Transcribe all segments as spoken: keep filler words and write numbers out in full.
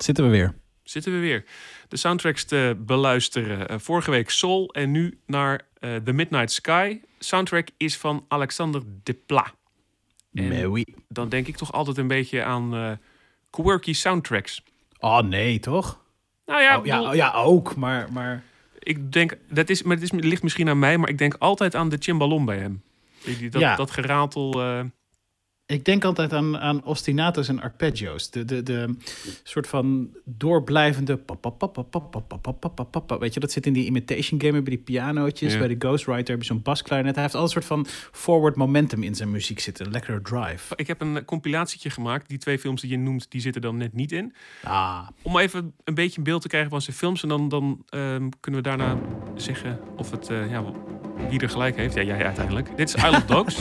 Zitten we weer. Zitten we weer. De soundtracks te beluisteren. Uh, vorige week Soul en nu naar uh, The Midnight Sky. Soundtrack is van Alexander Desplat. Mais oui. Dan denk ik toch altijd een beetje aan uh, quirky soundtracks. Oh nee, toch? Nou ja, oh, ja, oh, ja ook, maar... maar... Ik denk, dat is, maar het, is, het ligt misschien aan mij, maar ik denk altijd aan de cimbalom bij hem. Die, die, dat, ja. dat geratel... Uh... Ik denk altijd aan, aan ostinatos en arpeggios. De, de, de soort van doorblijvende... Weet je, dat zit in die imitation game bij die pianootjes. Ja. Bij de Ghostwriter heb je zo'n basklarinet. Hij heeft al een soort van forward momentum in zijn muziek zitten. Een lekkere drive. Ik heb een compilatietje gemaakt. Die twee films die je noemt, die zitten dan net niet in. Ah. Om even een beetje een beeld te krijgen van zijn films. En dan, dan um, kunnen we daarna zeggen of het, uh, ja, wie er gelijk heeft. Ja, jij uiteindelijk. Dit is Isle of Dogs.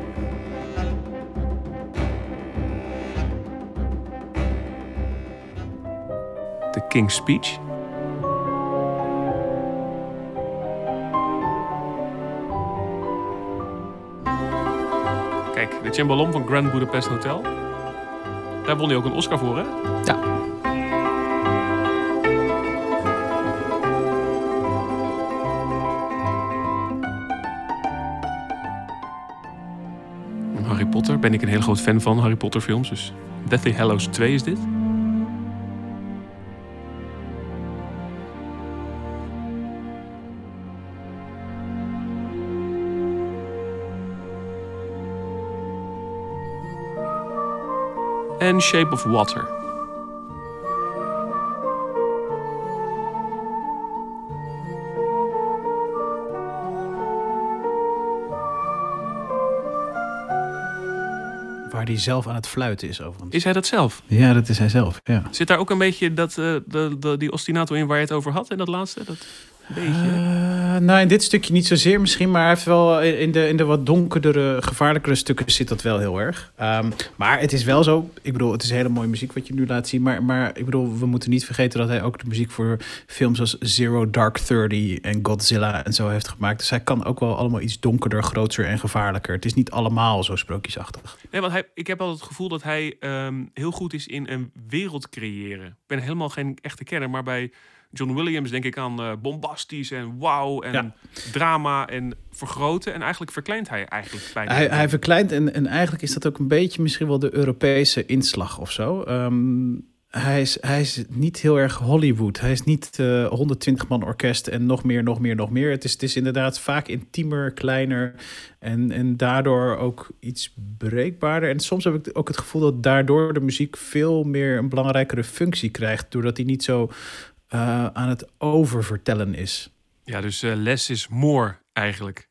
The King's Speech. Kijk, de cimbalom van Grand Budapest Hotel. Daar won hij ook een Oscar voor, hè? Ja. Harry Potter ben ik een hele groot fan van, Harry Potter films. Dus Deathly Hallows twee is dit. En Shape of Water. Waar hij zelf aan het fluiten is, overigens. Is hij dat zelf? Ja, dat is hij zelf, ja. Zit daar ook een beetje dat, uh, de, de, die ostinato in waar je het over had? En dat laatste? Dat beetje? Uh, nou, in dit stukje niet zozeer misschien. Maar hij heeft wel in de, in de wat donkerdere, gevaarlijkere stukken zit dat wel heel erg. Um, maar het is wel zo. Ik bedoel, het is hele mooie muziek wat je nu laat zien. Maar, maar ik bedoel, we moeten niet vergeten dat hij ook de muziek voor films als Zero Dark Thirty en Godzilla en zo heeft gemaakt. Dus hij kan ook wel allemaal iets donkerder, groter en gevaarlijker. Het is niet allemaal zo sprookjesachtig. Nee, want hij, ik heb altijd het gevoel dat hij um, heel goed is in een wereld creëren. Ik ben helemaal geen echte kenner, maar bij John Williams denk ik aan uh, bombastisch en wauw en ja. drama en vergroten. En eigenlijk verkleint hij eigenlijk bijna. Hij, hij verkleint en, en eigenlijk is dat ook een beetje misschien wel de Europese inslag of zo. Um, hij, is, hij is niet heel erg Hollywood. Hij is niet uh, honderdtwintig man orkest en nog meer, nog meer, nog meer. Het is, het is inderdaad vaak intiemer, kleiner en, en daardoor ook iets breekbaarder. En soms heb ik ook het gevoel dat daardoor de muziek veel meer een belangrijkere functie krijgt, doordat hij niet zo Uh, aan het oververtellen is. Ja, dus uh, less is more eigenlijk.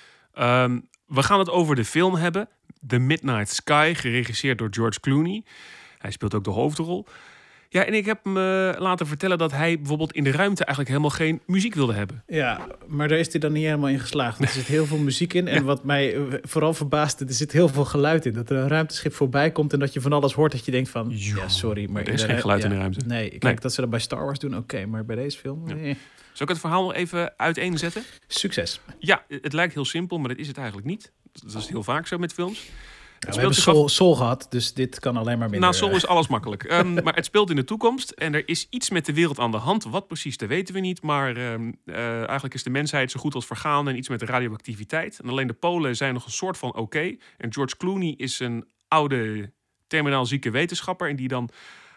Um, we gaan het over de film hebben. The Midnight Sky, geregisseerd door George Clooney. Hij speelt ook de hoofdrol. Ja, en ik heb me laten vertellen dat hij bijvoorbeeld in de ruimte eigenlijk helemaal geen muziek wilde hebben. Ja, maar daar is hij dan niet helemaal in geslaagd. Er zit heel veel muziek in. En ja. wat mij vooral verbaast, er zit heel veel geluid in. Dat er een ruimteschip voorbij komt en dat je van alles hoort dat je denkt van, jo, ja, sorry. Maar er is geen geluid ja, in de ruimte. Nee, kijk, nee. dat ze dat bij Star Wars doen, oké. Okay, maar bij deze film, nee. Ja. Zal ik het verhaal nog even uiteenzetten? Succes. Ja, het lijkt heel simpel, maar dat is het eigenlijk niet. Dat is heel vaak zo met films. Ja, we hebben Soul, Soul gehad, dus dit kan alleen maar minder. Nou, Soul is alles makkelijk. um, maar het speelt in de toekomst en er is iets met de wereld aan de hand. Wat precies, dat weten we niet. Maar um, uh, eigenlijk is de mensheid zo goed als vergaan en iets met de radioactiviteit. En alleen de Polen zijn nog een soort van oké. Okay. En George Clooney is een oude, terminaal zieke wetenschapper en die dan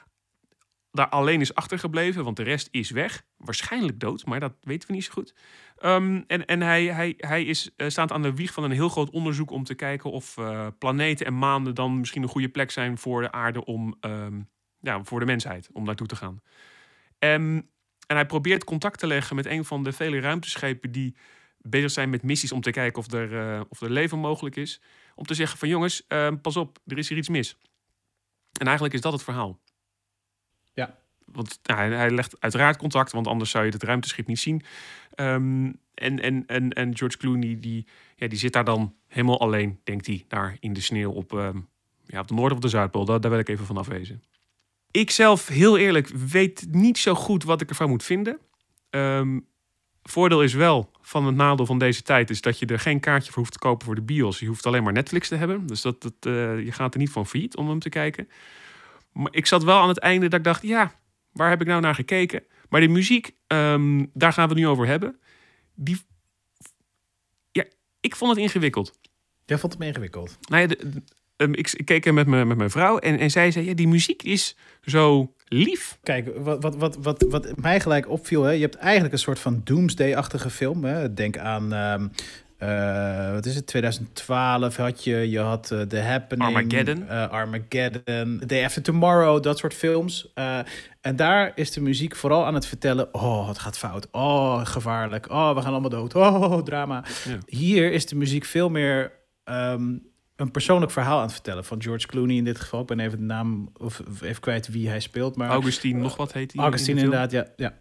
daar alleen is achtergebleven, want de rest is weg. Waarschijnlijk dood, maar dat weten we niet zo goed. Um, en en hij, hij, hij is, uh, staat aan de wieg van een heel groot onderzoek om te kijken of uh, planeten en maanden dan misschien een goede plek zijn voor de aarde om, um, ja, voor de mensheid, om naartoe te gaan. Um, en hij probeert contact te leggen met een van de vele ruimteschepen die bezig zijn met missies om te kijken of er, uh, of er leven mogelijk is. Om te zeggen van jongens, uh, pas op, er is hier iets mis. En eigenlijk is dat het verhaal. Ja. Want nou, hij, hij legt uiteraard contact, want anders zou je het ruimteschip niet zien. Um, en, en, en, en George Clooney, die, ja, die zit daar dan helemaal alleen, denkt hij, daar in de sneeuw op, um, ja, op de Noord- of de Zuidpool. Daar, daar wil ik even van afwezen. Ik zelf, heel eerlijk, weet niet zo goed wat ik ervan moet vinden. Um, voordeel is wel van het nadeel van deze tijd is dat je er geen kaartje voor hoeft te kopen voor de bios. Je hoeft alleen maar Netflix te hebben. Dus dat, dat, uh, je gaat er niet van failliet om hem te kijken. Maar ik zat wel aan het einde dat ik dacht, ja, waar heb ik nou naar gekeken? Maar de muziek, um, daar gaan we het nu over hebben. Die, ja, ik vond het ingewikkeld. Jij vond het me ingewikkeld? Nou ja, de, de, um, ik, ik keek er met, me, met mijn vrouw en, en zij zei, ja, die muziek is zo lief. Kijk, wat, wat, wat, wat, wat mij gelijk opviel, hè, je hebt eigenlijk een soort van doomsday-achtige film. Hè. Denk aan, um, uh, wat is het, twintig twaalf had je, je had uh, The Happening. Armageddon. Uh, Armageddon, Day After Tomorrow, dat soort films. Uh, en daar is de muziek vooral aan het vertellen, oh, het gaat fout. Oh, gevaarlijk. Oh, we gaan allemaal dood. Oh, drama. Ja. Hier is de muziek veel meer Um, een persoonlijk verhaal aan het vertellen. Van George Clooney in dit geval. Ik ben even de naam of, of even kwijt wie hij speelt. Maar Augustine, uh, nog wat heet hij? Augustine, in inderdaad, ja. ja.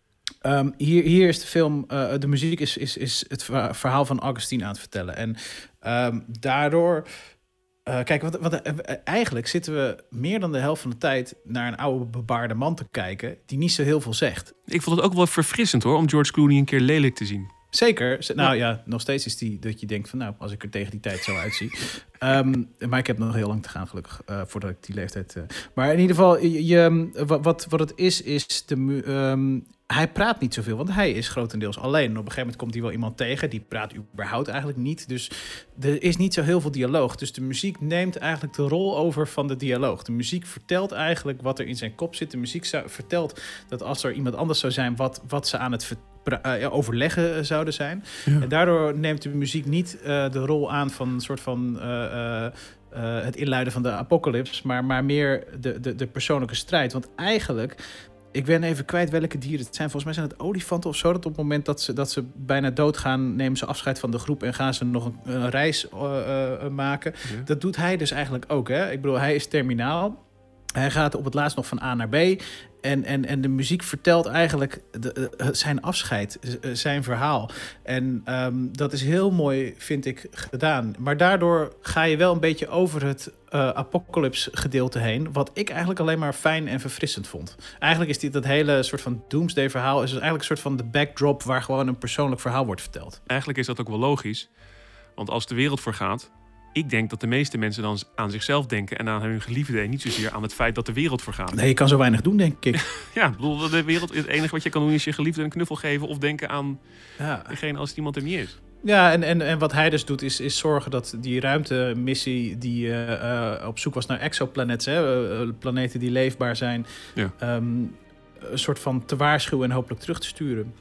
Um, hier, hier is de film, uh, de muziek is, is, is het verhaal van Augustine aan het vertellen. En um, daardoor... Uh, kijk, wat, wat, uh, eigenlijk zitten we meer dan de helft van de tijd naar een oude bebaarde man te kijken die niet zo heel veel zegt. Ik vond het ook wel verfrissend hoor, om George Clooney een keer lelijk te zien. Zeker. Nou ja. ja, nog steeds is die dat je denkt van nou, als ik er tegen die tijd zo uitzie. um, maar ik heb nog heel lang te gaan gelukkig, uh, voordat ik die leeftijd... Uh. Maar in ieder geval, je, je, wat, wat het is, is de... Um, hij praat niet zoveel, want hij is grotendeels alleen. Op een gegeven moment komt hij wel iemand tegen, die praat überhaupt eigenlijk niet. Dus er is niet zo heel veel dialoog. Dus de muziek neemt eigenlijk de rol over van de dialoog. De muziek vertelt eigenlijk wat er in zijn kop zit. De muziek zou, vertelt dat als er iemand anders zou zijn, wat, wat ze aan het ver, uh, ja, overleggen zouden zijn. Ja. En daardoor neemt de muziek niet uh, de rol aan van een soort van... Uh, uh, uh, het inluiden van de apocalyps, maar, maar meer de, de, de persoonlijke strijd. Want eigenlijk... Ik ben even kwijt welke dieren het zijn. Volgens mij zijn het olifanten of zo. Dat op het moment dat ze, dat ze bijna doodgaan, nemen ze afscheid van de groep en gaan ze nog een, een reis uh, uh, maken. Ja. Dat doet hij dus eigenlijk ook. Hè? Ik bedoel, hij is terminaal. Hij gaat op het laatst nog van A naar B. En, en, en de muziek vertelt eigenlijk de, uh, zijn afscheid, uh, zijn verhaal. En um, dat is heel mooi, vind ik, gedaan. Maar daardoor ga je wel een beetje over het uh, apocalypse gedeelte heen. Wat ik eigenlijk alleen maar fijn en verfrissend vond. Eigenlijk is dit dat hele soort van doomsday verhaal... is dus eigenlijk een soort van de backdrop waar gewoon een persoonlijk verhaal wordt verteld. Eigenlijk is dat ook wel logisch. Want als de wereld vergaat... Ik denk dat de meeste mensen dan aan zichzelf denken en aan hun geliefde en niet zozeer aan het feit dat de wereld vergaat. Nee, je kan zo weinig doen, denk ik. Ja, ik bedoel, de wereld, het enige wat je kan doen is je geliefde een knuffel geven of denken aan ja. degene als iemand er niet is. Ja, en, en, en wat hij dus doet is, is zorgen dat die ruimtemissie die uh, uh, op zoek was naar exoplanets, hè, uh, planeten die leefbaar zijn, ja. um, een soort van te waarschuwen en hopelijk terug te sturen.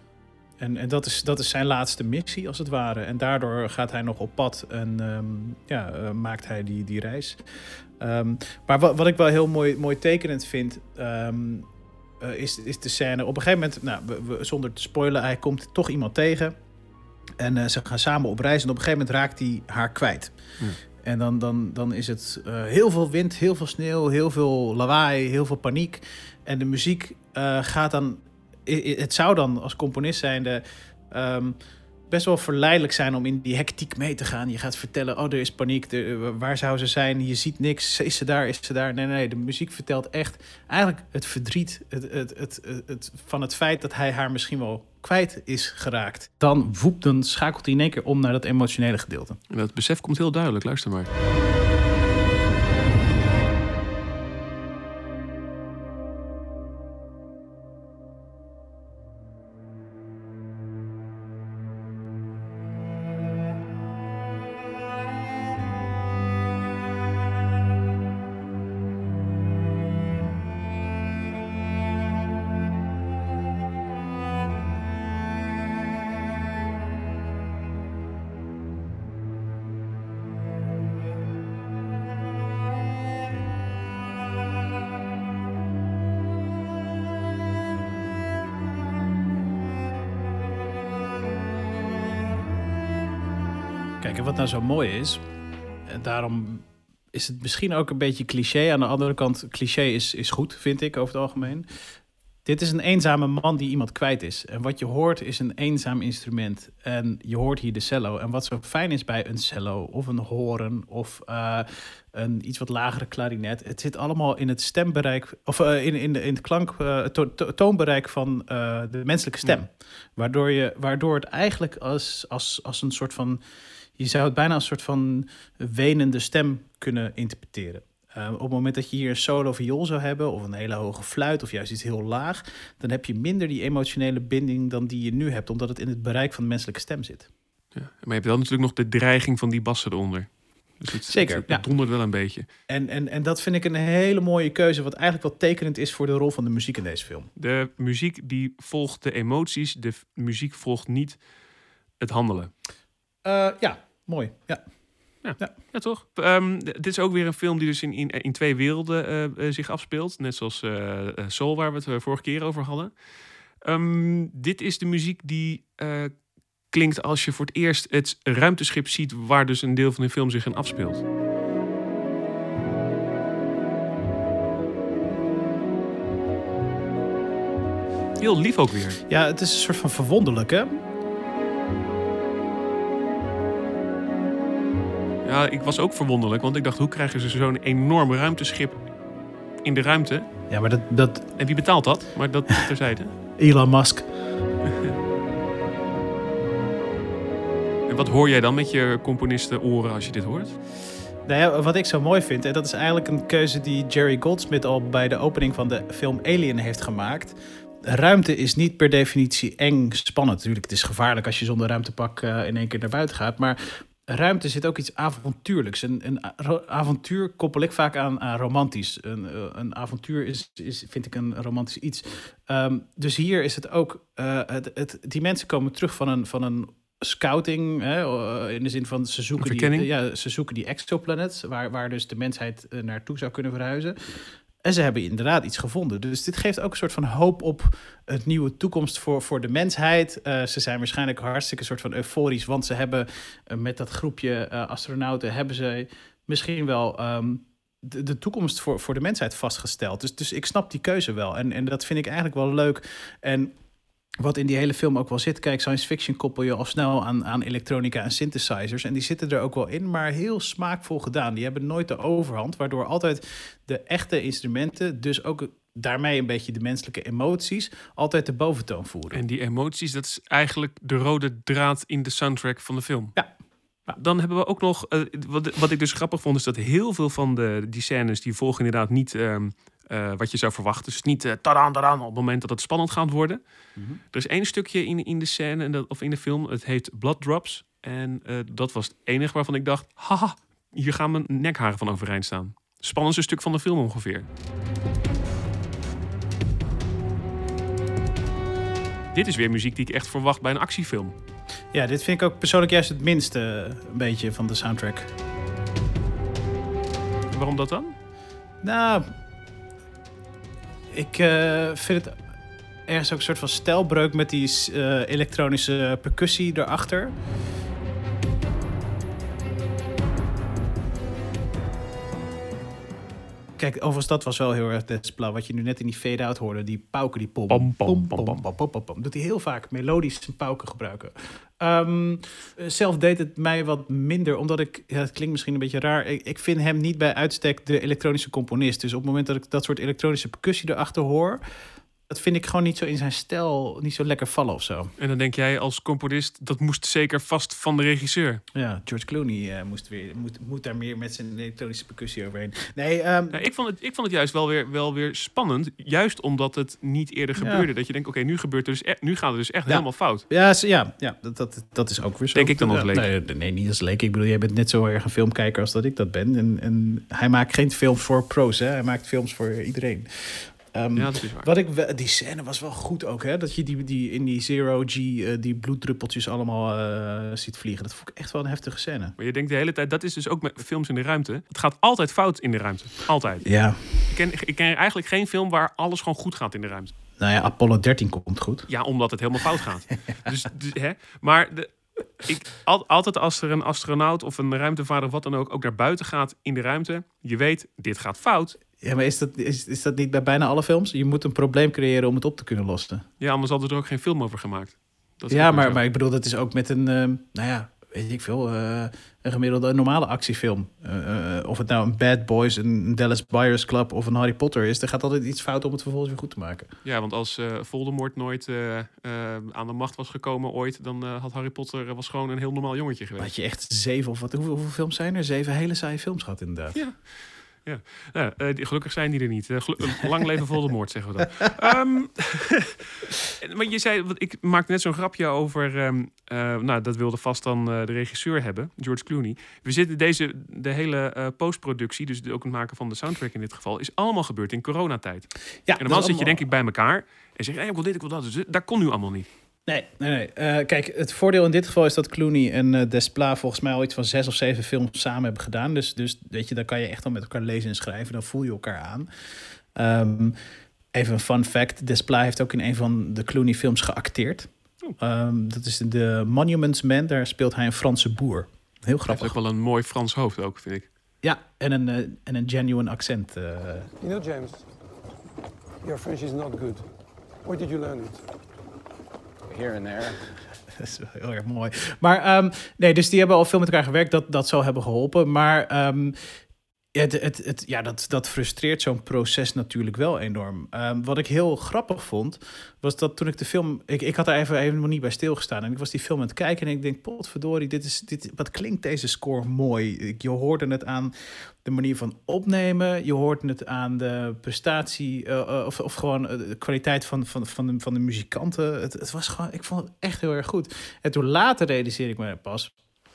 En, en dat, is, dat is zijn laatste missie, als het ware. En daardoor gaat hij nog op pad en um, ja, uh, maakt hij die, die reis. Um, maar wat, wat ik wel heel mooi, mooi tekenend vind, um, uh, is, is de scène. Op een gegeven moment, nou, we, we, zonder te spoilen, hij komt toch iemand tegen. En uh, ze gaan samen op reis. En op een gegeven moment raakt hij haar kwijt. Ja. En dan, dan, dan is het uh, heel veel wind, heel veel sneeuw, heel veel lawaai, heel veel paniek. En de muziek uh, gaat dan... Het zou dan als componist zijnde um, best wel verleidelijk zijn om in die hectiek mee te gaan. Je gaat vertellen, oh, er is paniek, er, waar zou ze zijn? Je ziet niks, is ze daar, is ze daar? Nee, nee, de muziek vertelt echt eigenlijk het verdriet het, het, het, het, het, van het feit dat hij haar misschien wel kwijt is geraakt. Dan woep, dan schakelt hij in één keer om naar dat emotionele gedeelte. En dat besef komt heel duidelijk, luister maar. Kijk, en wat nou zo mooi is, en daarom is het misschien ook een beetje cliché. Aan de andere kant, cliché is, is goed, vind ik, over het algemeen. Dit is een eenzame man die iemand kwijt is. En wat je hoort is een eenzaam instrument. En je hoort hier de cello. En wat zo fijn is bij een cello of een hoorn of uh, een iets wat lagere klarinet. Het zit allemaal in het stembereik, of uh, in, in, de, in het klank, uh, to, to, toonbereik van uh, de menselijke stem. Ja. Waardoor, je, waardoor het eigenlijk als, als, als een soort van... Je zou het bijna als een soort van wenende stem kunnen interpreteren. Uh, op het moment dat je hier een solo viool zou hebben, of een hele hoge fluit, of juist iets heel laag, dan heb je minder die emotionele binding dan die je nu hebt, omdat het in het bereik van de menselijke stem zit. Ja, maar je hebt wel natuurlijk nog de dreiging van die bassen eronder. Dus het, Zeker, het, het ja. dondert wel een beetje. En, en, en dat vind ik een hele mooie keuze, wat eigenlijk wel tekenend is voor de rol van de muziek in deze film. De muziek die volgt de emoties, de f- muziek volgt niet het handelen. Uh, ja, mooi. Ja. Ja, ja. ja toch? Um, d- dit is ook weer een film die dus in, in, in twee werelden uh, uh, zich afspeelt. Net zoals uh, Soul, waar we het uh, vorige keer over hadden. Um, dit is de muziek die uh, klinkt als je voor het eerst het ruimteschip ziet, waar dus een deel van de film zich in afspeelt. Heel lief ook weer. Ja, het is een soort van verwonderlijk, hè? Ja, ik was ook verwonderlijk, want ik dacht, hoe krijgen ze zo'n enorm ruimteschip in de ruimte? Ja, maar dat... dat... En wie betaalt dat? Maar dat terzijde. Elon Musk. En wat hoor jij dan met je componistenoren als je dit hoort? Nou ja, wat ik zo mooi vind, en dat is eigenlijk een keuze die Jerry Goldsmith al bij de opening van de film Alien heeft gemaakt. Ruimte is niet per definitie eng spannend. Natuurlijk, het is gevaarlijk als je zonder ruimtepak uh, in één keer naar buiten gaat. Maar ruimte zit ook iets avontuurlijks. Een, een avontuur koppel ik vaak aan, aan romantisch. Een, een avontuur is, is, vind ik, een romantisch iets. Um, dus hier is het ook... Uh, het, het, die mensen komen terug van een... Van een scouting, hè, in de zin van ze zoeken, die, ja, ze zoeken die exoplanets, waar, waar dus de mensheid naartoe zou kunnen verhuizen. En ze hebben inderdaad iets gevonden. Dus dit geeft ook een soort van hoop op een nieuwe toekomst voor, voor de mensheid. Uh, ze zijn waarschijnlijk hartstikke soort van euforisch, want ze hebben uh, met dat groepje uh, astronauten hebben ze misschien wel um, de, de toekomst voor, voor de mensheid vastgesteld. Dus, dus ik snap die keuze wel. En, en dat vind ik eigenlijk wel leuk. En wat in die hele film ook wel zit. Kijk, science fiction koppel je al snel aan, aan elektronica en synthesizers. En die zitten er ook wel in, maar heel smaakvol gedaan. Die hebben nooit de overhand, waardoor altijd de echte instrumenten, dus ook daarmee een beetje de menselijke emoties, altijd de boventoon voeren. En die emoties, dat is eigenlijk de rode draad in de soundtrack van de film. Ja. Dan hebben we ook nog, uh, wat, wat ik dus grappig vond, is dat heel veel van de, die scènes, die volgen inderdaad niet Um, Uh, wat je zou verwachten. Dus niet uh, tadaan, tadaan, op het moment dat het spannend gaat worden. Mm-hmm. Er is één stukje in, in de scène, en dat, of in de film, het heet Blood Drops. En uh, dat was het enige waarvan ik dacht, haha, hier gaan mijn nekharen van overeind staan. Spannendste stuk van de film ongeveer. Dit is weer muziek die ik echt verwacht bij een actiefilm. Ja, dit vind ik ook persoonlijk juist het minste uh, een beetje van de soundtrack. En waarom dat dan? Nou, ik uh, vind het ergens ook een soort van stijlbreuk met die uh, elektronische percussie erachter. Kijk, overigens, dat was wel heel erg Despla. Wat je nu net in die fade-out hoorde, die pauken, die pom, pom, pom, pom, pom, pom, pom, pom, pom. Doet hij heel vaak melodisch zijn pauken gebruiken. Um, zelf deed het mij wat minder, omdat ik, ja, het klinkt misschien een beetje raar, ik, ik vind hem niet bij uitstek de elektronische componist. Dus op het moment dat ik dat soort elektronische percussie erachter hoor, dat vind ik gewoon niet zo in zijn stijl, niet zo lekker vallen of zo. En dan denk jij als componist, dat moest zeker vast van de regisseur. Ja, George Clooney uh, moest, weer, moet, moet daar meer met zijn elektronische percussie overheen. Nee, um... ja, ik, vond het, ik vond het juist wel weer, wel weer spannend, juist omdat het niet eerder gebeurde. Ja. Dat je denkt, oké, okay, nu gebeurt er dus e- nu gaat het dus echt ja. helemaal fout. Ja, ja, ja dat, dat, dat is ook weer zo. Denk ik dan als leek? Nee, nee, niet als leek. Ik bedoel, jij bent net zo erg een filmkijker als dat ik dat ben. En, en hij maakt geen films voor pro's, hè. Hij maakt films voor iedereen. Um, ja, dat is waar. Wat ik, die scène was wel goed ook, hè? Dat je die, die in die Zero G uh, die bloeddruppeltjes allemaal uh, ziet vliegen. Dat vond ik echt wel een heftige scène. Maar je denkt de hele tijd, dat is dus ook met films in de ruimte. Het gaat altijd fout in de ruimte. Altijd. Ja. Ik ken, ik ken eigenlijk geen film waar alles gewoon goed gaat in de ruimte. Nou ja, Apollo dertien komt goed. Ja, omdat het helemaal fout gaat. dus, dus, hè? Maar de, ik, al, altijd als er een astronaut of een ruimtevaarder of wat dan ook, ook naar buiten gaat in de ruimte, je weet, dit gaat fout. Ja, maar is dat, is, is dat niet bij bijna alle films? Je moet een probleem creëren om het op te kunnen lossen. Ja, anders hadden ze er ook geen film over gemaakt. Dat ja, maar, maar ik bedoel, dat is ook met een, uh, nou ja, weet ik veel, uh, een gemiddelde een normale actiefilm. Uh, uh, of het nou een Bad Boys, een Dallas Buyers Club of een Harry Potter is, er gaat altijd iets fout om het vervolgens weer goed te maken. Ja, want als uh, Voldemort nooit uh, uh, aan de macht was gekomen ooit, dan uh, had Harry Potter uh, was gewoon een heel normaal jongetje geweest. Had je echt zeven of wat, hoeveel, hoeveel films zijn er? Zeven hele saaie films gehad inderdaad. Ja. Ja, ja uh, die, gelukkig zijn die er niet. Uh, gelu- lang leven Voldemort, zeggen we dan. um, maar je zei, want ik maakte net zo'n grapje over... Um, uh, nou, dat wilde vast dan uh, de regisseur hebben, George Clooney. We zitten deze, de hele uh, postproductie, dus ook het maken van de soundtrack in dit geval... is allemaal gebeurd in coronatijd. Ja, en normaal zit allemaal... je denk ik bij elkaar en zeg hey, ik wil dit, ik wil dat. Dus dat kon nu allemaal niet. Nee, nee, nee. Uh, kijk, het voordeel in dit geval is dat Clooney en uh, Desplat volgens mij al iets van zes of zeven films samen hebben gedaan. Dus, dus weet je, dan kan je echt al met elkaar lezen en schrijven. Dan voel je elkaar aan. Um, even een fun fact. Desplat heeft ook in een van de Clooney films geacteerd. Um, dat is de Monuments Man. Daar speelt hij een Franse boer. Heel grappig. Hij heeft ook wel een mooi Frans hoofd ook, vind ik. Ja, en een, uh, en een genuine accent. Uh. You know, James, your French is not good. Where did you learn it? Here and there. Dat is heel erg mooi. Maar um, nee, dus die hebben al veel met elkaar gewerkt. Dat, dat zou hebben geholpen. Maar um, het, het, het, ja, dat, dat frustreert zo'n proces natuurlijk wel enorm. Um, wat ik heel grappig vond, was dat toen ik de film... Ik, ik had er even helemaal niet bij stilgestaan. En ik was die film aan het kijken en ik denk... potverdorie, dit is, dit, wat klinkt deze score mooi. Je hoorde het aan de manier van opnemen. Je hoorde het aan de prestatie... Uh, of, of gewoon de kwaliteit van, van, van, de, van de muzikanten. Het, het was gewoon... Ik vond het echt heel erg goed. En toen later realiseerde ik me pas...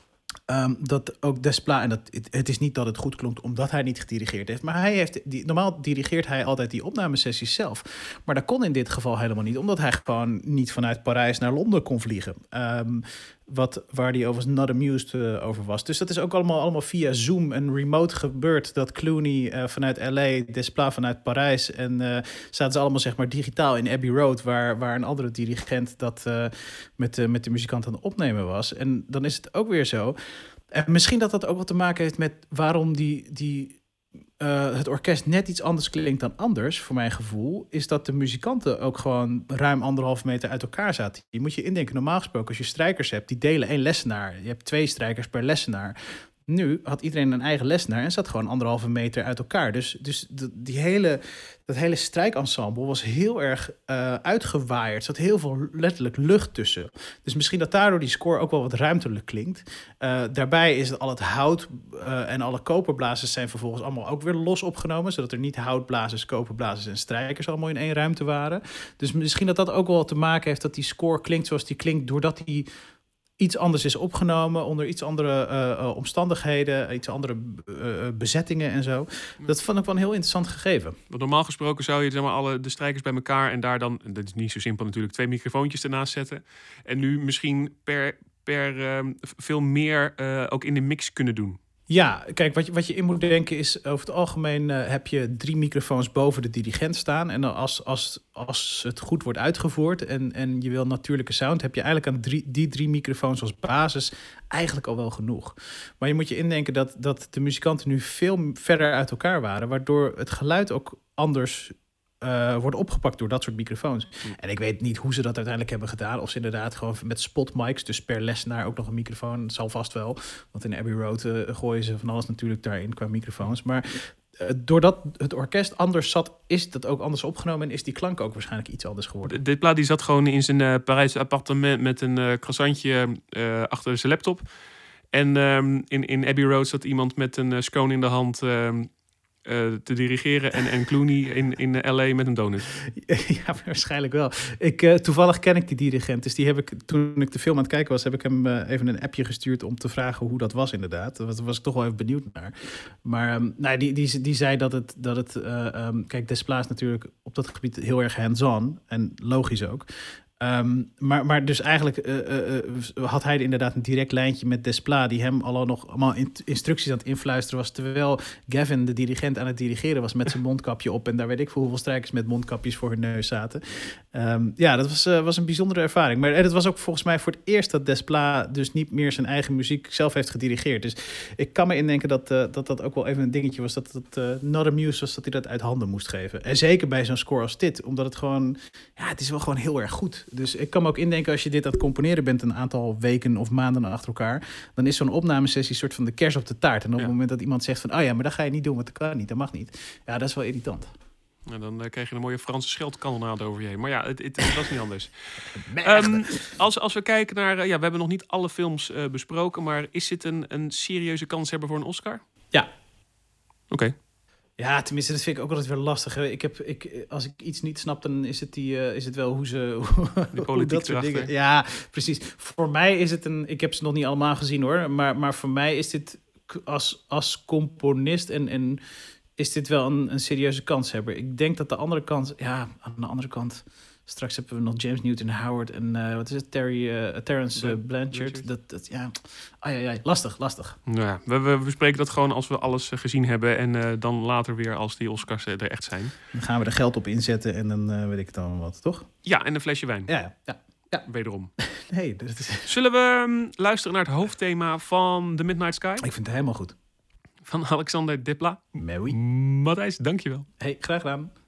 Um, dat ook Desplat, en dat, het, het is niet dat het goed klonk omdat hij niet gedirigeerd heeft, maar hij heeft, die, normaal dirigeert hij altijd die opnamesessies zelf. Maar dat kon in dit geval helemaal niet, omdat hij gewoon niet vanuit Parijs naar Londen kon vliegen. Um, wat, waar hij overigens not amused uh, over was. Dus dat is ook allemaal, allemaal via Zoom en remote gebeurd, dat Clooney uh, vanuit L A, Desplat vanuit Parijs, en uh, zaten ze allemaal zeg maar digitaal in Abbey Road, waar, waar een andere dirigent dat uh, met, uh, met de muzikant aan het opnemen was. En dan is het ook weer zo. En misschien dat dat ook wat te maken heeft met waarom die, die, uh, het orkest net iets anders klinkt dan anders, voor mijn gevoel, is dat de muzikanten ook gewoon ruim anderhalve meter uit elkaar zaten. Je moet je indenken, normaal gesproken, als je strijkers hebt, die delen één lessenaar. Je hebt twee strijkers per lessenaar. Nu had iedereen een eigen lessenaar en zat gewoon anderhalve meter uit elkaar. Dus, dus die hele, dat hele strijkensemble was heel erg uh, uitgewaaid. Er zat heel veel letterlijk lucht tussen. Dus misschien dat daardoor die score ook wel wat ruimtelijk klinkt. Uh, daarbij is het al het hout uh, en alle koperblazers zijn vervolgens allemaal ook weer los opgenomen. Zodat er niet houtblazers, koperblazers en strijkers allemaal in één ruimte waren. Dus misschien dat dat ook wel te maken heeft dat die score klinkt zoals die klinkt, doordat die iets anders is opgenomen onder iets andere uh, uh, omstandigheden, iets andere uh, bezettingen en zo. Dat vond ik wel een heel interessant gegeven. Want normaal gesproken zou je zeg maar, alle de strijkers bij elkaar en daar dan, dat is niet zo simpel natuurlijk, twee microfoontjes ernaast zetten. En nu misschien per, per uh, veel meer uh, ook in de mix kunnen doen. Ja, kijk, wat je, wat je in moet denken is, over het algemeen uh, heb je drie microfoons boven de dirigent staan. En als, als, als het goed wordt uitgevoerd en, en je wil natuurlijke sound, heb je eigenlijk aan drie, die drie microfoons als basis eigenlijk al wel genoeg. Maar je moet je indenken dat, dat de muzikanten nu veel verder uit elkaar waren, waardoor het geluid ook anders Uh, wordt opgepakt door dat soort microfoons. Mm. En ik weet niet hoe ze dat uiteindelijk hebben gedaan. Of ze inderdaad gewoon met spot mics, dus per lessenaar ook nog een microfoon. Dat zal vast wel. Want in Abbey Road uh, gooien ze van alles natuurlijk daarin qua microfoons. Maar uh, doordat het orkest anders zat, is dat ook anders opgenomen en is die klank ook waarschijnlijk iets anders geworden. Dit plaat die zat gewoon in zijn uh, Parijse appartement met een uh, croissantje uh, achter zijn laptop. En um, in, in Abbey Road zat iemand met een uh, scone in de hand Um, Uh, te dirigeren en, en Clooney in, in L A met een donut. Ja, waarschijnlijk wel. Ik, uh, toevallig ken ik die dirigent. Dus die heb ik, toen ik de film aan het kijken was, heb ik hem uh, even een appje gestuurd om te vragen hoe dat was inderdaad. Daar was, was ik toch wel even benieuwd naar. Maar um, nou, die, die, die zei dat het... Dat het uh, um, kijk, Desplat is natuurlijk op dat gebied heel erg hands-on. En logisch ook. Um, maar, maar dus eigenlijk uh, uh, uh, had hij inderdaad een direct lijntje met Desplat, die hem al nog allemaal in, instructies aan het influisteren was, terwijl Gavin, de dirigent, aan het dirigeren was met zijn mondkapje op. En daar weet ik voor hoeveel strijkers met mondkapjes voor hun neus zaten. Um, ja, dat was, uh, was een bijzondere ervaring. Maar het was ook volgens mij voor het eerst dat Desplat dus niet meer zijn eigen muziek zelf heeft gedirigeerd. Dus ik kan me indenken dat uh, dat, dat ook wel even een dingetje was, dat het uh, not amused was dat hij dat uit handen moest geven. En zeker bij zo'n score als dit, omdat het gewoon, ja, het is wel gewoon heel erg goed. Dus ik kan me ook indenken, als je dit aan het componeren bent een aantal weken of maanden achter elkaar, dan is zo'n opnamesessie een soort van de kers op de taart. En op ja. het moment dat iemand zegt van, oh ja, maar dat ga je niet doen, want dat kan niet, dat mag niet. Ja, dat is wel irritant. En dan uh, krijg je een mooie Franse scheldkanonade over je heen. Maar ja, het, het, het was niet anders. um, als, als we kijken naar, uh, ja, we hebben nog niet alle films uh, besproken, maar is dit een, een serieuze kans hebben voor een Oscar? Ja. Oké. Okay. Ja, tenminste, dat vind ik ook altijd weer lastig. Hè. Ik heb, ik, als ik iets niet snap, dan is het, die, uh, is het wel hoe ze... De politiek erachter. Ja, precies. Voor mij is het een... Ik heb ze nog niet allemaal gezien hoor. Maar, maar voor mij is dit als, als componist en... en is dit wel een, een serieuze kanshebber. Ik denk dat de andere kant... Ja, aan de andere kant... Straks hebben we nog James Newton Howard en uh, wat is het? Terry, uh, Terrence uh, Blanchard. Blanchard. Dat, dat, ja, ai, ai, ai. lastig, lastig. Nou ja, we, we bespreken dat gewoon als we alles uh, gezien hebben. En uh, dan later weer als die Oscars uh, er echt zijn. Dan gaan we er geld op inzetten en dan uh, weet ik het dan wat, toch? Ja, en een flesje wijn. Ja, ja. ja. ja. Wederom. Nee, dat is... Zullen we um, luisteren naar het hoofdthema van The Midnight Sky? Ik vind het helemaal goed. Van Alexander Desplat. Maui. Matthijs, dankjewel. Hey, graag gedaan.